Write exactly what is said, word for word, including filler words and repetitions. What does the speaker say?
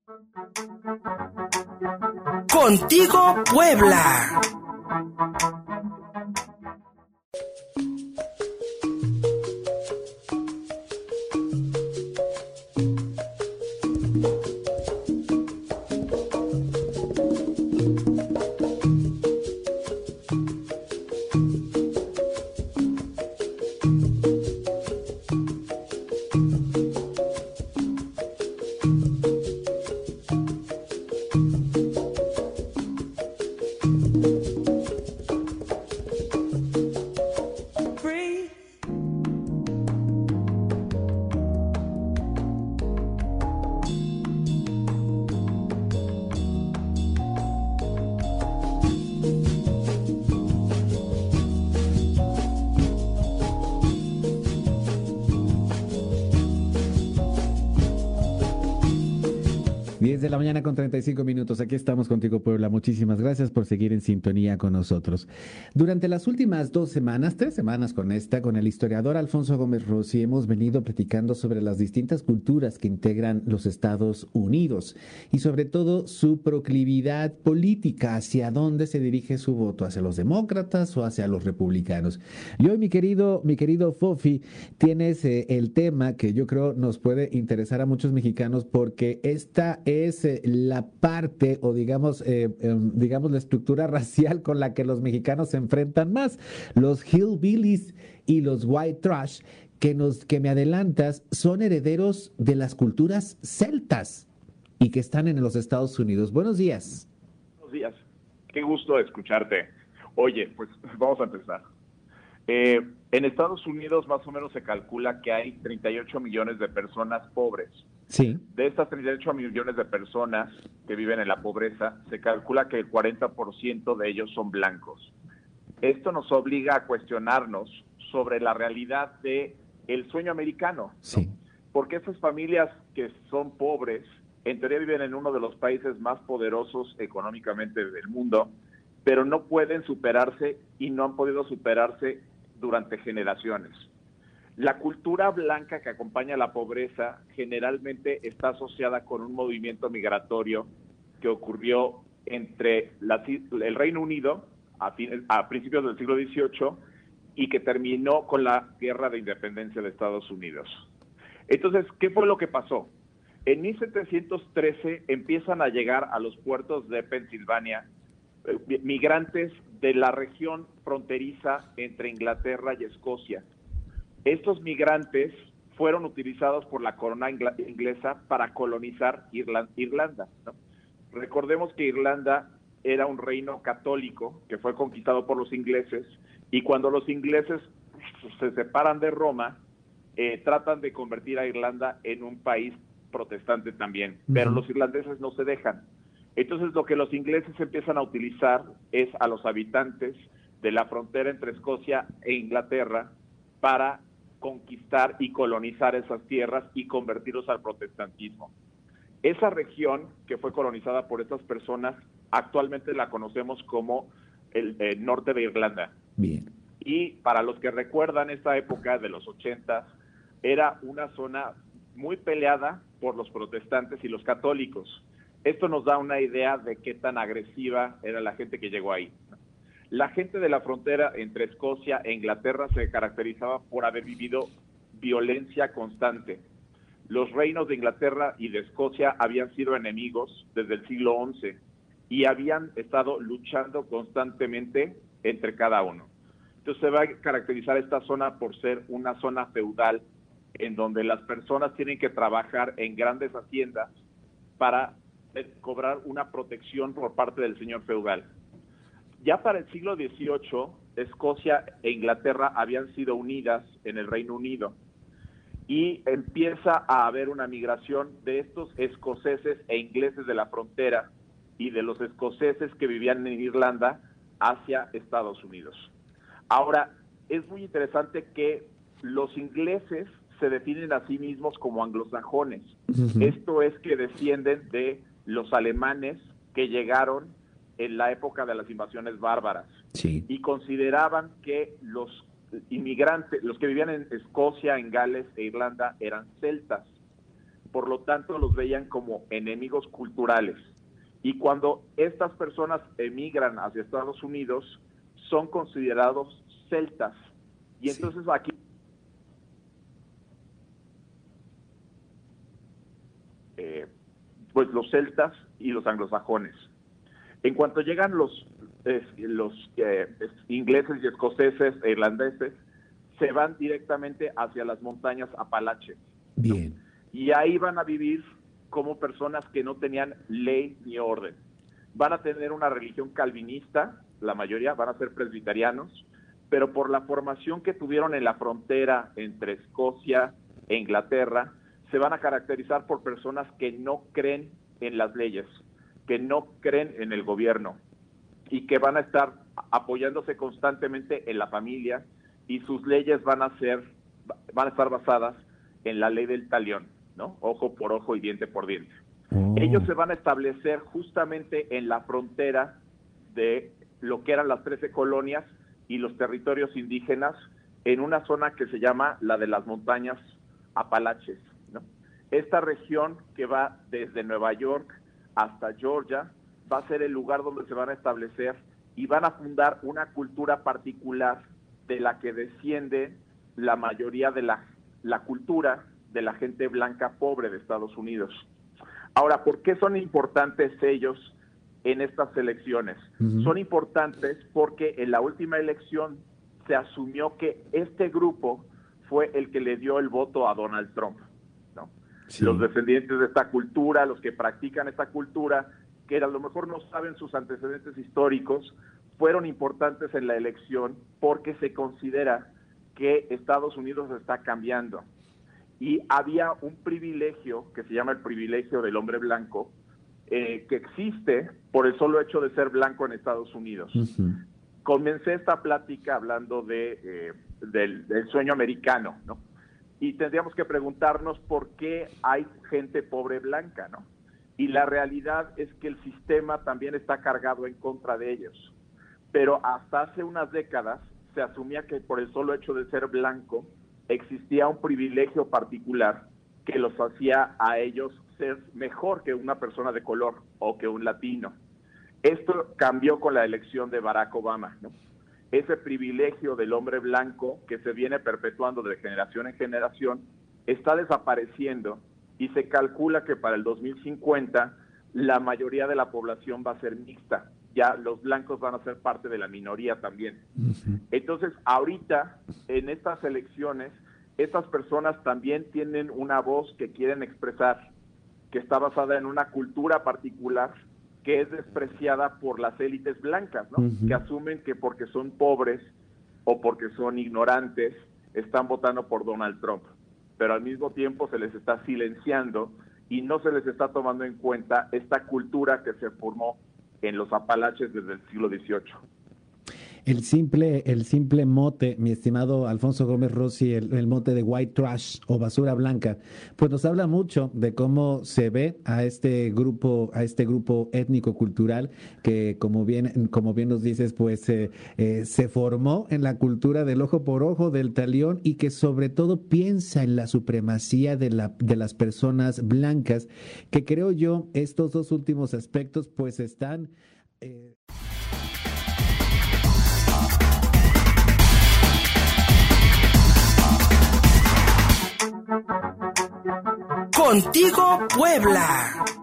Contigo Puebla. diez de la mañana con treinta y cinco minutos. Aquí estamos contigo, Puebla. Muchísimas gracias por seguir en sintonía con nosotros. Durante las últimas dos semanas, tres semanas con esta, con el historiador Alfonso Gómez Rossi, hemos venido platicando sobre las distintas culturas que integran los Estados Unidos y sobre todo su proclividad política, hacia dónde se dirige su voto, hacia los demócratas o hacia los republicanos. Y hoy, mi querido, mi querido Fofi, tienes eh, el tema que yo creo nos puede interesar a muchos mexicanos, porque esta es eh, la parte o digamos, eh, eh, digamos la estructura racial con la que los mexicanos se enfrentan más, los hillbillies y los white trash, que nos que me adelantas son herederos de las culturas celtas y que están en los Estados Unidos. Buenos días. Buenos días, qué gusto escucharte. Oye, pues vamos a empezar. Eh, en Estados Unidos más o menos se calcula que hay treinta y ocho millones de personas pobres. Sí. De estas treinta y ocho millones de personas que viven en la pobreza, se calcula que el cuarenta por ciento de ellos son blancos. Esto nos obliga a cuestionarnos sobre la realidad de el sueño americano, Sí. ¿no? Porque esas familias que son pobres, en teoría viven en uno de los países más poderosos económicamente del mundo, pero no pueden superarse y no han podido superarse durante generaciones. La cultura blanca que acompaña a la pobreza generalmente está asociada con un movimiento migratorio que ocurrió entre la, el Reino Unido a, fin, a principios del siglo dieciocho y que terminó con la Guerra de Independencia de Estados Unidos. Entonces, ¿qué fue lo que pasó? En mil setecientos trece empiezan a llegar a los puertos de Pensilvania eh, migrantes de la región fronteriza entre Inglaterra y Escocia. Estos migrantes fueron utilizados por la corona inglesa para colonizar Irlanda, ¿no? Recordemos que Irlanda era un reino católico que fue conquistado por los ingleses, y cuando los ingleses se separan de Roma, eh, tratan de convertir a Irlanda en un país protestante también, uh-huh. Pero los irlandeses no se dejan. Entonces lo que los ingleses empiezan a utilizar es a los habitantes de la frontera entre Escocia e Inglaterra para conquistar y colonizar esas tierras y convertirlos al protestantismo. Esa región que fue colonizada por estas personas actualmente la conocemos como el, el norte de Irlanda. Bien. Y para los que recuerdan esta época de los ochentas, era una zona muy peleada por los protestantes y los católicos. Esto nos da una idea de qué tan agresiva era la gente que llegó ahí. La gente de la frontera entre Escocia e Inglaterra se caracterizaba por haber vivido violencia constante. Los reinos de Inglaterra y de Escocia habían sido enemigos desde el siglo once y habían estado luchando constantemente entre cada uno. Entonces se va a caracterizar esta zona por ser una zona feudal en donde las personas tienen que trabajar en grandes haciendas para cobrar una protección por parte del señor feudal. Ya para el siglo dieciocho, Escocia e Inglaterra habían sido unidas en el Reino Unido y empieza a haber una migración de estos escoceses e ingleses de la frontera y de los escoceses que vivían en Irlanda hacia Estados Unidos. Ahora, es muy interesante que los ingleses se definen a sí mismos como anglosajones. Uh-huh. Esto es que descienden de los alemanes que llegaron en la época de las invasiones bárbaras. Sí. Y consideraban que los inmigrantes, los que vivían en Escocia, en Gales e Irlanda, eran celtas. por lo tanto los veían como enemigos culturales. Y cuando estas personas emigran hacia Estados Unidos, son considerados celtas. Y entonces sí. aquí eh, pues los celtas y los anglosajones. En cuanto llegan los, eh, los eh, ingleses y escoceses e irlandeses, se van directamente hacia las montañas Apalaches. Bien. ¿no? Y ahí van a vivir como personas que no tenían ley ni orden. Van a tener una religión calvinista, la mayoría van a ser presbiterianos, pero por la formación que tuvieron en la frontera entre Escocia e Inglaterra, se van a caracterizar por personas que no creen en las leyes, que no creen en el gobierno y que van a estar apoyándose constantemente en la familia, y sus leyes van a ser, van a estar basadas en la ley del talión, ¿no? Ojo por ojo y diente por diente. Oh. Ellos se van a establecer justamente en la frontera de lo que eran las trece colonias y los territorios indígenas, en una zona que se llama la de las montañas Apalaches, ¿no? Esta región que va desde Nueva York hasta Georgia va a ser el lugar donde se van a establecer y van a fundar una cultura particular de la que desciende la mayoría de la, la cultura de la gente blanca pobre de Estados Unidos. Ahora, ¿por qué son importantes ellos en estas elecciones? Uh-huh. Son importantes porque en la última elección se asumió que este grupo fue el que le dio el voto a Donald Trump, ¿no? Sí. Los descendientes de esta cultura, los que practican esta cultura, que a lo mejor no saben sus antecedentes históricos, fueron importantes en la elección porque se considera que Estados Unidos está cambiando. Y había un privilegio que se llama el privilegio del hombre blanco, eh, que existe por el solo hecho de ser blanco en Estados Unidos. Uh-huh. Comencé esta plática hablando de, eh, del, del sueño americano, ¿no? Y tendríamos que preguntarnos por qué hay gente pobre blanca, ¿no? Y la realidad es que el sistema también está cargado en contra de ellos. Pero hasta hace unas décadas se asumía que por el solo hecho de ser blanco existía un privilegio particular que los hacía a ellos ser mejor que una persona de color o que un latino. Esto cambió con la elección de Barack Obama, ¿no? Ese privilegio del hombre blanco que se viene perpetuando de generación en generación está desapareciendo y se calcula que para el dos mil cincuenta la mayoría de la población va a ser mixta. Ya los blancos van a ser parte de la minoría también. Uh-huh. Entonces, ahorita, en estas elecciones, estas personas también tienen una voz que quieren expresar, que está basada en una cultura particular que es despreciada por las élites blancas, ¿no? Uh-huh. Que asumen que porque son pobres o porque son ignorantes, están votando por Donald Trump. Pero al mismo tiempo se les está silenciando y no se les está tomando en cuenta esta cultura que se formó en los Apalaches desde el siglo dieciocho. El simple, el simple mote, mi estimado Alfonso Gómez Rossi, el, el mote de white trash o basura blanca, pues nos habla mucho de cómo se ve a este grupo, a este grupo étnico-cultural que, como bien, como bien nos dices, pues eh, eh, se formó en la cultura del ojo por ojo, del talión, y que sobre todo piensa en la supremacía de la, de las personas blancas, que creo yo estos dos últimos aspectos pues están eh... Contigo Puebla.